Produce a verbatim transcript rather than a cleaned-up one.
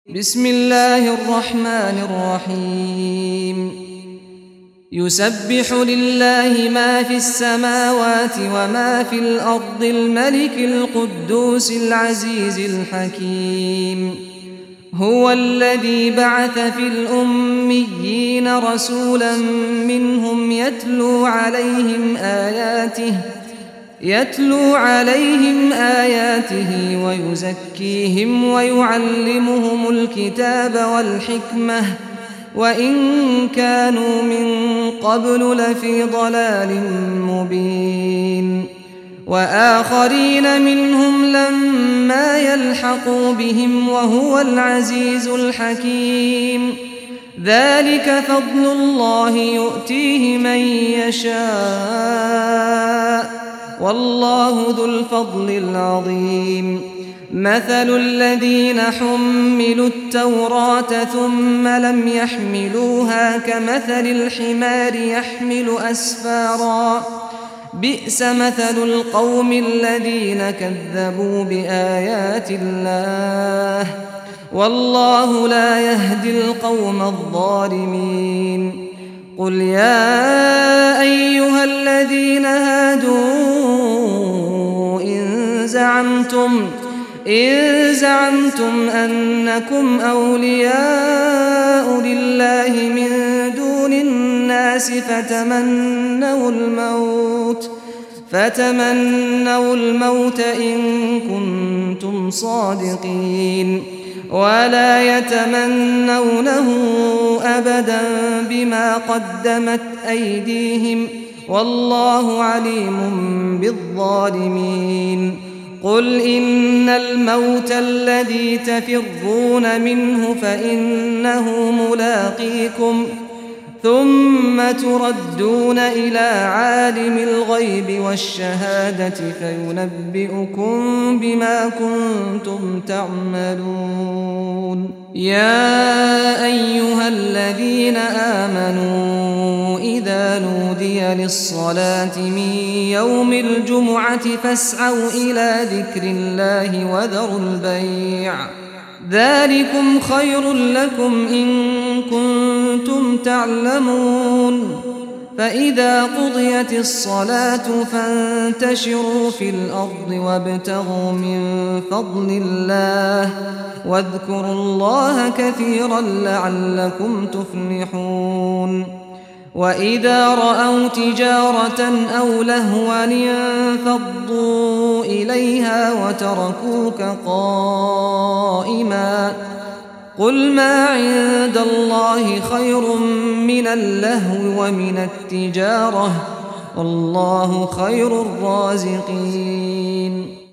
بسم الله الرحمن الرحيم يسبح لله ما في السماوات وما في الأرض الملك القدوس العزيز الحكيم هو الذي بعث في الأميين رسولا منهم يتلو عليهم آياته يتلو عليهم آياته ويزكيهم ويعلمهم الكتاب والحكمة وإن كانوا من قبل لفي ضلال مبين وآخرين منهم لما يلحقوا بهم وهو العزيز الحكيم ذلك فضل الله يؤتيه من يشاء والله ذو الفضل العظيم مثل الذين حملوا التوراة ثم لم يحملوها كمثل الحمار يحمل أسفارا بئس مثل القوم الذين كذبوا بآيات الله والله لا يهدي القوم الظالمين قل يا أيها الذين هادوا إن زعمتم إن زعمتم أنكم أولياء لله من دون الناس فتمنوا الموت فتمنوا الموت إن كنتم صادقين ولا يتمنونه أبدا بما قدمت أيديهم والله عليم بالظالمين قل إن الموت الذي تفرون منه فإنه ملاقيكم ثم تردون إلى عالم الغيب والشهادة فينبئكم بما كنتم تعملون يا أيها الذين آمنوا إذا نودي للصلاة من يوم الجمعة فاسعوا إلى ذكر الله وذروا البيع ذلكم خير لكم إن كنتم تعلمون فإذا قضيت الصلاة فانتشروا في الأرض وابتغوا من فضل الله واذكروا الله كثيرا لعلكم تفلحون وإذا رأوا تجارة أو لهوا انفضوا إليها وتركوك قائما قل ما عند الله خير من اللهو ومن التجارة والله خير الرازقين